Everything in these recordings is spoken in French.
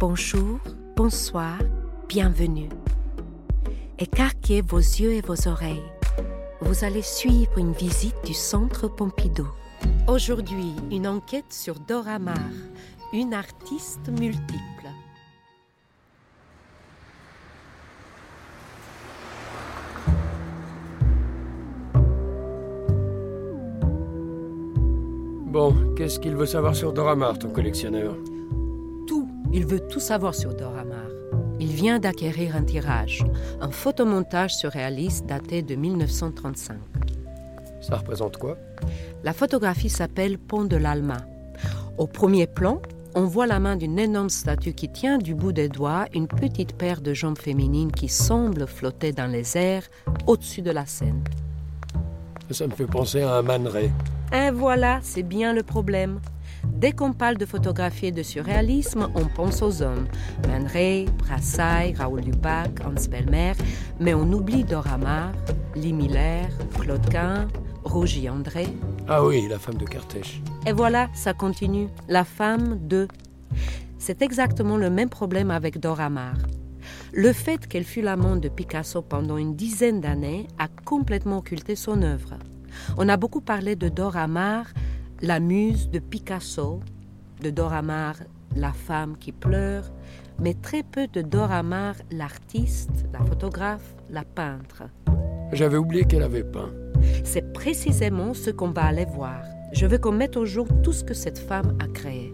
Bonjour, bonsoir, bienvenue. Écarquez vos yeux et vos oreilles. Vous allez suivre une visite du Centre Pompidou. Aujourd'hui, une enquête sur Dora Maar, une artiste multiple. Bon, qu'est-ce qu'il veut savoir sur Dora Maar, ton collectionneur? Tout. Il veut tout savoir sur Dora Maar. Il vient d'acquérir un tirage, un photomontage surréaliste daté de 1935. Ça représente quoi? La photographie s'appelle Pont de l'Alma. Au premier plan, on voit la main d'une énorme statue qui tient du bout des doigts une petite paire de jambes féminines qui semblent flotter dans les airs au-dessus de la scène. Ça me fait penser à un Man Ray. Et voilà, c'est bien le problème. Dès qu'on parle de photographie et de surréalisme, on pense aux hommes. Man Ray, Brassai, Raoul Dupac, Hans Belmer, mais on oublie Dora Maar, Lee Miller, Claude Quin, Rogy André. Ah oui, la femme de Kertész. Et voilà, ça continue. La femme de... C'est exactement le même problème avec Dora Maar. Le fait qu'elle fût l'amante de Picasso pendant une dizaine d'années a complètement occulté son œuvre. On a beaucoup parlé de Dora Maar, la muse de Picasso, de Dora Maar, la femme qui pleure, mais très peu de Dora Maar, l'artiste, la photographe, la peintre. J'avais oublié qu'elle avait peint. C'est précisément ce qu'on va aller voir. Je veux qu'on mette au jour tout ce que cette femme a créé.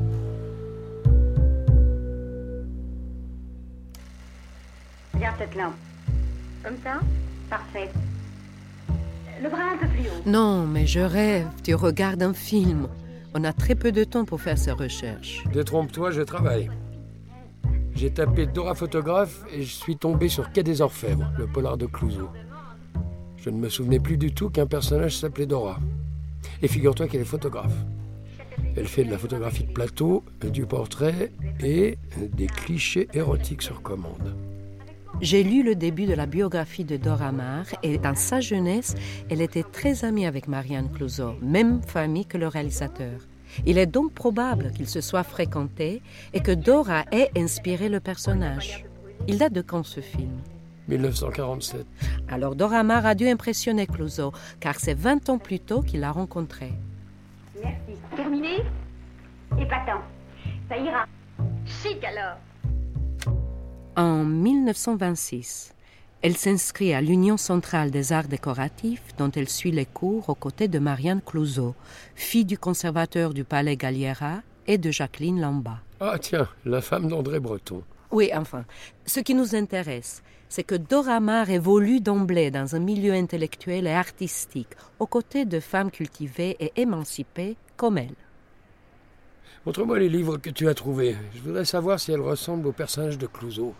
Regarde cette lampe. Comme ça? Parfait. Le bras un peu plus haut. Non, mais je rêve. Tu regardes un film. On a très peu de temps pour faire ces recherches. Détrompe-toi, je travaille. J'ai tapé Dora photographe et je suis tombé sur Quai des Orfèvres, le polar de Clouzot. Je ne me souvenais plus du tout qu'un personnage s'appelait Dora. Et figure-toi qu'elle est photographe. Elle fait de la photographie de plateau, du portrait et des clichés érotiques sur commande. J'ai lu le début de la biographie de Dora Maar et dans sa jeunesse, elle était très amie avec Marianne Clouzot, même famille que le réalisateur. Il est donc probable qu'ils se soient fréquentés et que Dora ait inspiré le personnage. Il date de quand ce film? 1947. Alors Dora Maar a dû impressionner Clouzot, car c'est 20 ans plus tôt qu'il l'a rencontrée. Merci. Terminé? Épatant. Ça ira. Chic alors. En 1926, elle s'inscrit à l'Union centrale des arts décoratifs dont elle suit les cours aux côtés de Marianne Clouzot, fille du conservateur du Palais Galliera et de Jacqueline Lamba. Ah tiens, la femme d'André Breton. Oui, enfin, ce qui nous intéresse, c'est que Dora Maar évolue d'emblée dans un milieu intellectuel et artistique, aux côtés de femmes cultivées et émancipées comme elle. Montre-moi les livres que tu as trouvés. Je voudrais savoir si elles ressemblent au personnage de Clouzot.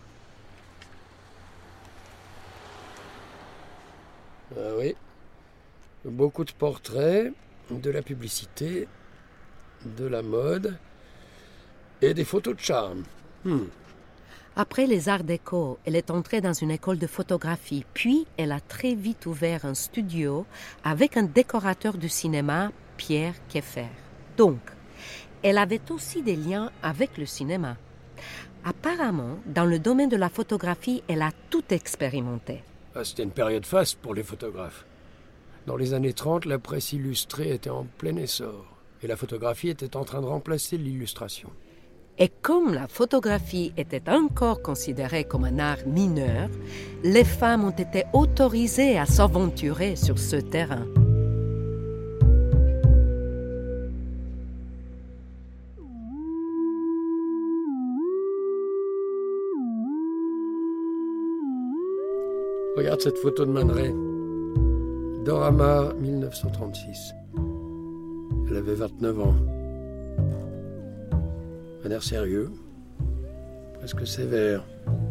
Ah oui. Beaucoup de portraits, de la publicité, de la mode et des photos de charme. Après les arts déco, elle est entrée dans une école de photographie, puis elle a très vite ouvert un studio avec un décorateur de cinéma, Pierre Keffer. Donc, elle avait aussi des liens avec le cinéma. Apparemment, dans le domaine de la photographie, elle a tout expérimenté. Ah, c'était une période faste pour les photographes. Dans les années 30, la presse illustrée était en plein essor et la photographie était en train de remplacer l'illustration. Et comme la photographie était encore considérée comme un art mineur, les femmes ont été autorisées à s'aventurer sur ce terrain. Regarde cette photo de Man Ray. Dora Maar, 1936. Elle avait 29 ans. Un air sérieux, presque sévère,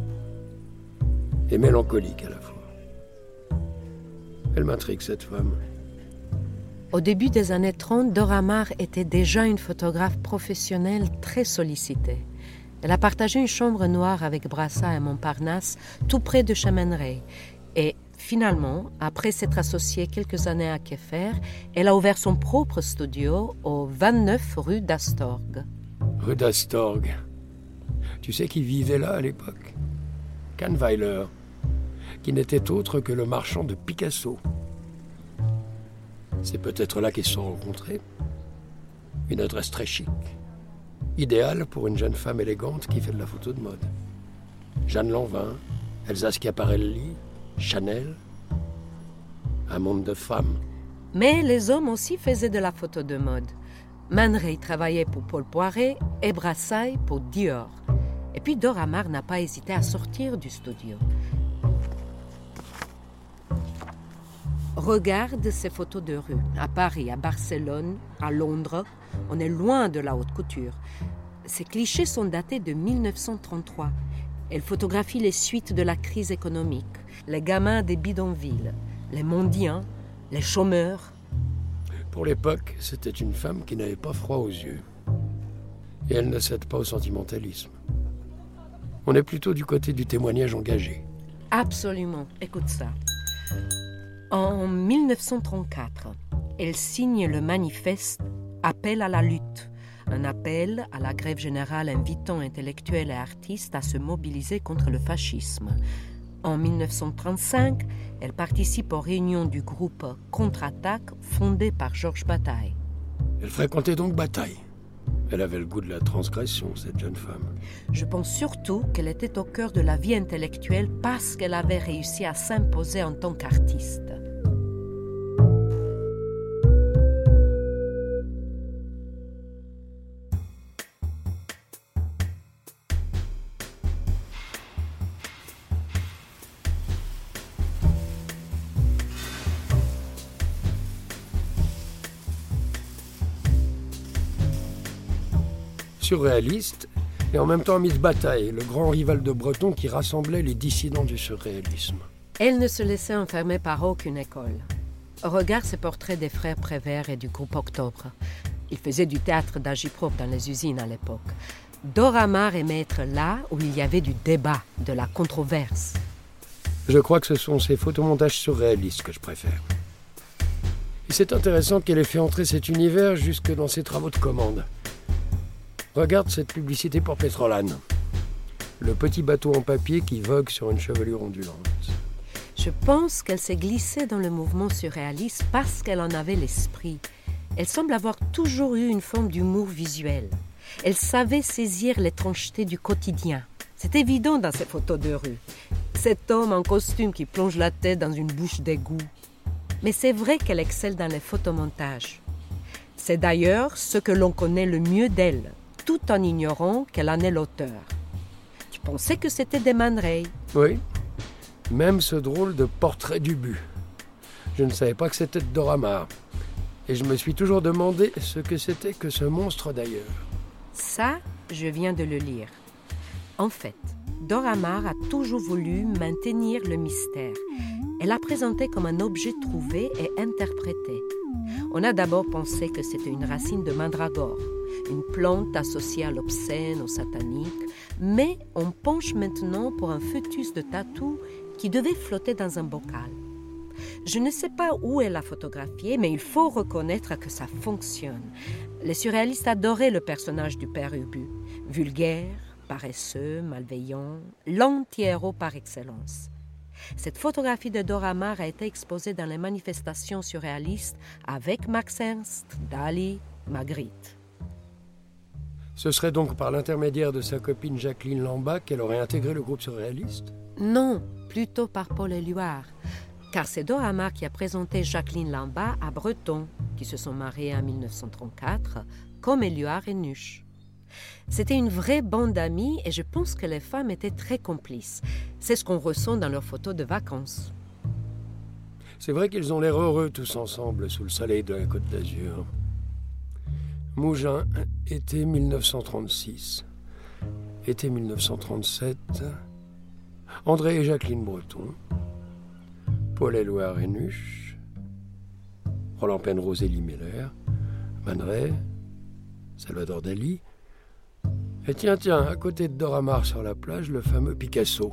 et mélancolique à la fois. Elle m'intrigue, cette femme. Au début des années 30, Dora Maar était déjà une photographe professionnelle très sollicitée. Elle a partagé une chambre noire avec Brassai à Montparnasse, tout près de chez Man Ray. Et finalement, après s'être associée quelques années à Keffer, elle a ouvert son propre studio au 29 rue d'Astorg. Rue d'Astorg. Tu sais qui vivait là à l'époque? Kahnweiler, qui n'était autre que le marchand de Picasso. C'est peut-être là qu'ils se sont rencontrés. Une adresse très chic, idéale pour une jeune femme élégante qui fait de la photo de mode. Jeanne Lanvin, Elsa Schiaparelli, Chanel. Un monde de femmes. Mais les hommes aussi faisaient de la photo de mode. Man Ray travaillait pour Paul Poiret et Brassailles pour Dior. Et puis Dora Maar n'a pas hésité à sortir du studio. Regarde ces photos de rue, à Paris, à Barcelone, à Londres. On est loin de la haute couture. Ces clichés sont datés de 1933. Elle photographie les suites de la crise économique, les gamins des bidonvilles, les mendiants, les chômeurs. Pour l'époque, c'était une femme qui n'avait pas froid aux yeux. Et elle ne cède pas au sentimentalisme. On est plutôt du côté du témoignage engagé. Absolument. Écoute ça. En 1934, elle signe le manifeste « Appel à la lutte », un appel à la grève générale invitant intellectuels et artistes à se mobiliser contre le fascisme. En 1935, elle participe aux réunions du groupe Contre-Attaque fondé par Georges Bataille. Elle fréquentait donc Bataille. Elle avait le goût de la transgression, cette jeune femme. Je pense surtout qu'elle était au cœur de la vie intellectuelle parce qu'elle avait réussi à s'imposer en tant qu'artiste. Surréaliste et en même temps Miss Bataille, le grand rival de Breton qui rassemblait les dissidents du surréalisme. Elle ne se laissait enfermer par aucune école. Regarde ces portraits des frères Prévert et du groupe Octobre. Ils faisaient du théâtre d'agitprop dans les usines à l'époque. Dora Maar aimait être là où il y avait du débat, de la controverse. Je crois que ce sont ces photomontages surréalistes que je préfère. Et c'est intéressant qu'elle ait fait entrer cet univers jusque dans ses travaux de commande. Regarde cette publicité pour Petrolane. Le petit bateau en papier qui vogue sur une chevelure ondulante. Je pense qu'elle s'est glissée dans le mouvement surréaliste parce qu'elle en avait l'esprit. Elle semble avoir toujours eu une forme d'humour visuel. Elle savait saisir l'étrangeté du quotidien. C'est évident dans ses photos de rue. Cet homme en costume qui plonge la tête dans une bouche d'égout. Mais c'est vrai qu'elle excelle dans les photomontages. C'est d'ailleurs ce que l'on connaît le mieux d'elle, tout en ignorant qu'elle en est l'auteur. Tu pensais que c'était des Man Ray? Oui, même ce drôle de portrait du but. Je ne savais pas que c'était de Dora Maar. Et je me suis toujours demandé ce que c'était que ce monstre d'ailleurs. Ça, je viens de le lire. En fait, Dora Maar a toujours voulu maintenir le mystère. Elle l'a présenté comme un objet trouvé et interprété. On a d'abord pensé que c'était une racine de mandragore, une plante associée à l'obscène, au satanique, mais on penche maintenant pour un fœtus de tatou qui devait flotter dans un bocal. Je ne sais pas où elle l'a photographié, mais il faut reconnaître que ça fonctionne. Les surréalistes adoraient le personnage du père Ubu, vulgaire, paresseux, malveillant, l'anti-héros par excellence. Cette photographie de Dora Maar a été exposée dans les manifestations surréalistes avec Max Ernst, Dali, Magritte. Ce serait donc par l'intermédiaire de sa copine Jacqueline Lambach qu'elle aurait intégré le groupe surréaliste? Non, plutôt par Paul Éluard. Car c'est Dora Maar qui a présenté Jacqueline Lambach à Breton, qui se sont mariés en 1934, comme Éluard et Nuche. C'était une vraie bande d'amis et je pense que les femmes étaient très complices. C'est ce qu'on ressent dans leurs photos de vacances. C'est vrai qu'ils ont l'air heureux tous ensemble sous le soleil de la Côte d'Azur. Mougins, été 1936. Été 1937. André et Jacqueline Breton. Paul Éluard et Nuche. Roland Penrose et Lee Miller. Man Ray. Salvador Dali. Et tiens, à côté de Dora Maar sur la plage, le fameux Picasso.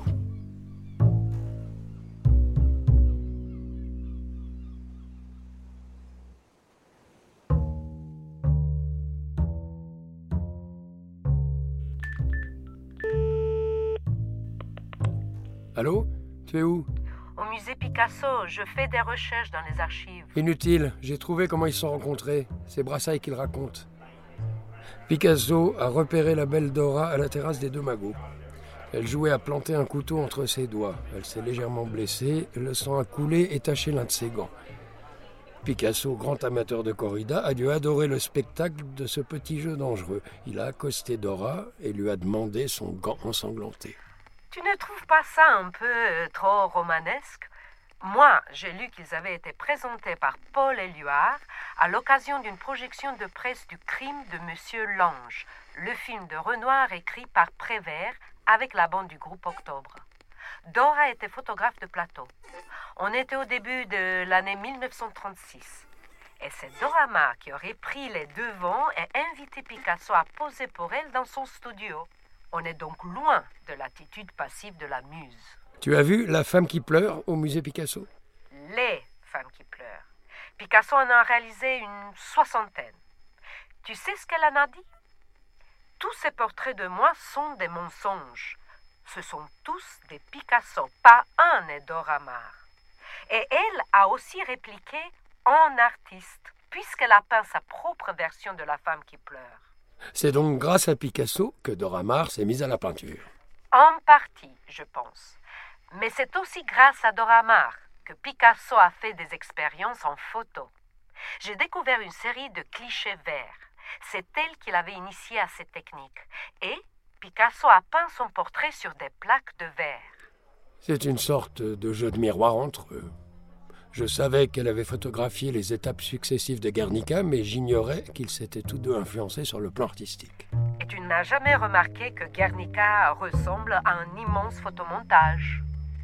Allô? Tu es où? Au musée Picasso, je fais des recherches dans les archives. Inutile, j'ai trouvé comment ils se sont rencontrés. C'est Brassailles qui le raconte. Picasso a repéré la belle Dora à la terrasse des Deux Magots. Elle jouait à planter un couteau entre ses doigts. Elle s'est légèrement blessée, le sang a coulé et taché l'un de ses gants. Picasso, grand amateur de corrida, a dû adorer le spectacle de ce petit jeu dangereux. Il a accosté Dora et lui a demandé son gant ensanglanté. Tu ne trouves pas ça un peu trop romanesque? Moi, j'ai lu qu'ils avaient été présentés par Paul Éluard à l'occasion d'une projection de presse du Crime de Monsieur Lange, le film de Renoir écrit par Prévert avec la bande du groupe Octobre. Dora était photographe de plateau. On était au début de l'année 1936. Et c'est Dora Maar qui aurait pris les devants et invité Picasso à poser pour elle dans son studio. On est donc loin de l'attitude passive de la muse. Tu as vu La femme qui pleure au musée Picasso? Les femmes qui pleurent. Picasso en a réalisé une 60aine. Tu sais ce qu'elle en a dit? Tous ces portraits de moi sont des mensonges. Ce sont tous des Picasso, pas un n'est Dora Maar. Et elle a aussi répliqué en artiste, puisqu'elle a peint sa propre version de La femme qui pleure. C'est donc grâce à Picasso que Dora Maar s'est mise à la peinture. En partie, je pense. Mais c'est aussi grâce à Dora Maar que Picasso a fait des expériences en photo. J'ai découvert une série de clichés verts. C'est elle qui l'avait initié à ces techniques. Et Picasso a peint son portrait sur des plaques de verre. C'est une sorte de jeu de miroir entre eux. Je savais qu'elle avait photographié les étapes successives de Guernica, mais j'ignorais qu'ils s'étaient tous deux influencés sur le plan artistique. Et tu n'as jamais remarqué que Guernica ressemble à un immense photomontage?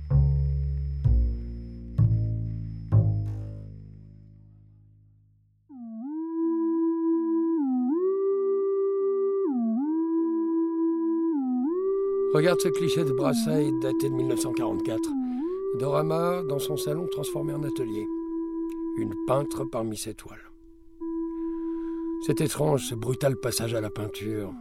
Regarde ce cliché de Brassailles daté de 1944. Dora Maar, dans son salon, transformé en atelier. Une peintre parmi ses toiles. C'est étrange, ce brutal passage à la peinture.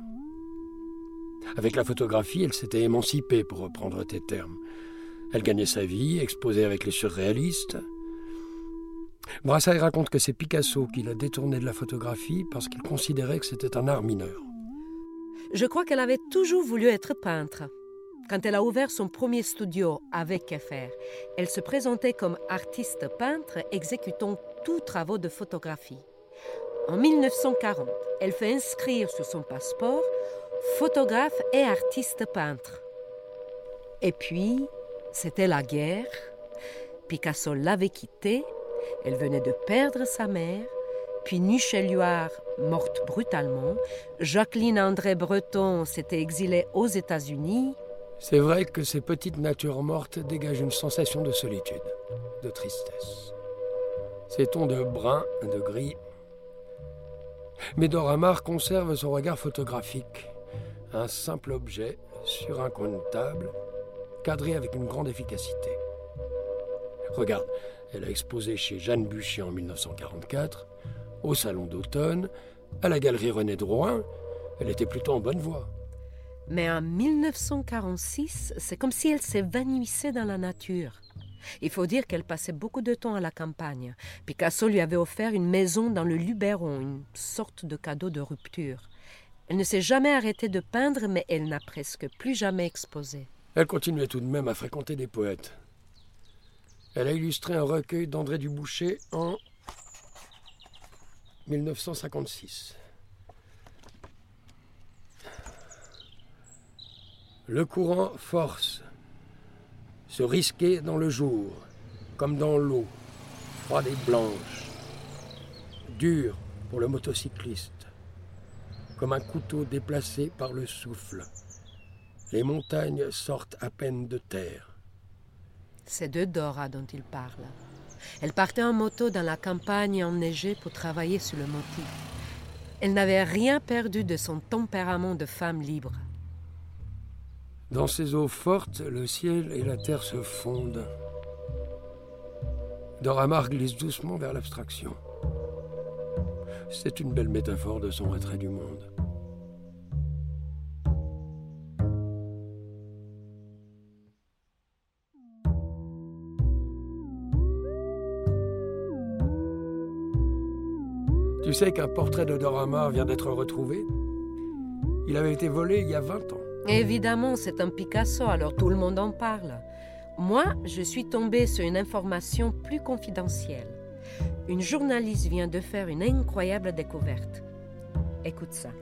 Avec la photographie, elle s'était émancipée, pour reprendre tes termes. Elle gagnait sa vie, exposée avec les surréalistes. Brassailles raconte que c'est Picasso qui l'a détournée de la photographie parce qu'il considérait que c'était un art mineur. Je crois qu'elle avait toujours voulu être peintre. Quand elle a ouvert son premier studio avec Keffer, elle se présentait comme artiste peintre exécutant tous travaux de photographie. En 1940, elle fait inscrire sur son passeport photographe et artiste peintre. Et puis, c'était la guerre. Picasso l'avait quittée. Elle venait de perdre sa mère. Puis Nuche Éluard, morte brutalement. Jacqueline André Breton s'était exilée aux États-Unis. C'est vrai que ces petites natures mortes dégagent une sensation de solitude, de tristesse. Ces tons de brun, de gris. Mais Dora Maar conserve son regard photographique. Un simple objet sur un coin de table, cadré avec une grande efficacité. Regarde, elle a exposé chez Jeanne Buchet en 1944, au Salon d'automne, à la Galerie René Drouin. Elle était plutôt en bonne voie. Mais en 1946, c'est comme si elle s'évanouissait dans la nature. Il faut dire qu'elle passait beaucoup de temps à la campagne. Picasso lui avait offert une maison dans le Luberon, une sorte de cadeau de rupture. Elle ne s'est jamais arrêtée de peindre, mais elle n'a presque plus jamais exposé. Elle continuait tout de même à fréquenter des poètes. Elle a illustré un recueil d'André Dubouché en 1956. Le courant force, se risquer dans le jour, comme dans l'eau, froide et blanche, dur pour le motocycliste, comme un couteau déplacé par le souffle. Les montagnes sortent à peine de terre. C'est de Dora dont il parle. Elle partait en moto dans la campagne enneigée pour travailler sur le motif. Elle n'avait rien perdu de son tempérament de femme libre. Dans ces eaux fortes, le ciel et la terre se fondent. Dora Maar glisse doucement vers l'abstraction. C'est une belle métaphore de son retrait du monde. Tu sais qu'un portrait de Dora Maar vient d'être retrouvé? Il avait été volé il y a 20 ans. Évidemment, c'est un Picasso, alors tout le monde en parle. Moi, je suis tombée sur une information plus confidentielle. Une journaliste vient de faire une incroyable découverte. Écoute ça.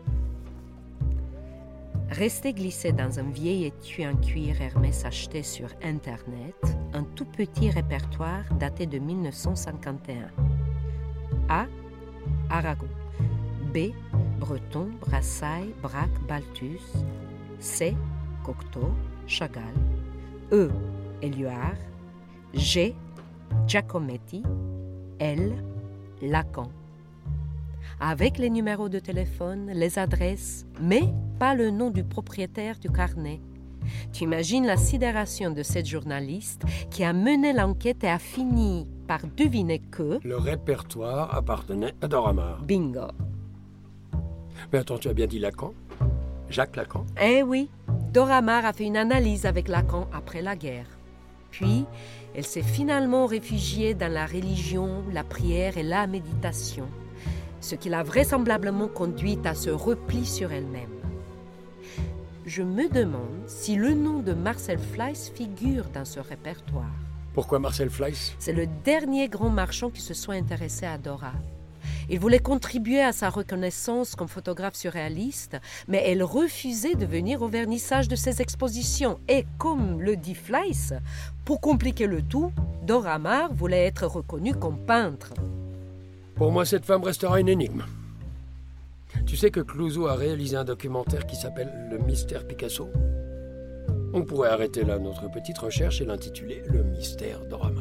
Resté glissé dans un vieil étui en cuir Hermès acheté sur Internet, un tout petit répertoire daté de 1951. A. Aragon. B. Breton, Brassailles, Braque, Balthus. C. Cocteau, Chagall. E. Éluard. G. Giacometti. L. Lacan. Avec les numéros de téléphone, les adresses, mais pas le nom du propriétaire du carnet. Tu imagines la sidération de cette journaliste qui a mené l'enquête et a fini par deviner que... Le répertoire appartenait à Dora Maar. Bingo. Mais attends, tu as bien dit Lacan? Jacques Lacan? Eh oui, Dora Maar a fait une analyse avec Lacan après la guerre. Puis, elle s'est finalement réfugiée dans la religion, la prière et la méditation, ce qui l'a vraisemblablement conduite à se repli sur elle-même. Je me demande si le nom de Marcel Fleiss figure dans ce répertoire. Pourquoi Marcel Fleiss? C'est le dernier grand marchand qui se soit intéressé à Dora. Il voulait contribuer à sa reconnaissance comme photographe surréaliste, mais elle refusait de venir au vernissage de ses expositions. Et comme le dit Fleiss, pour compliquer le tout, Dora Maar voulait être reconnue comme peintre. Pour moi, cette femme restera une énigme. Tu sais que Clouzot a réalisé un documentaire qui s'appelle « Le mystère Picasso ». On pourrait arrêter là notre petite recherche et l'intituler « Le mystère Dora Maar ».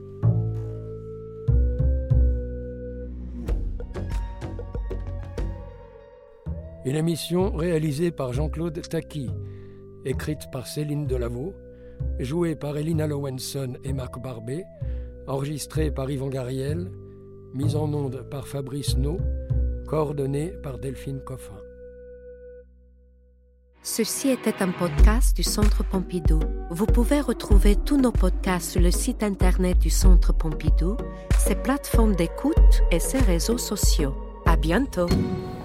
Une émission réalisée par Jean-Claude Taki, écrite par Céline Delaveau, jouée par Elina Lowenson et Marc Barbet, enregistrée par Yvan Gariel, mise en onde par Fabrice No, coordonnée par Delphine Coffin. Ceci était un podcast du Centre Pompidou. Vous pouvez retrouver tous nos podcasts sur le site internet du Centre Pompidou, ses plateformes d'écoute et ses réseaux sociaux. À bientôt!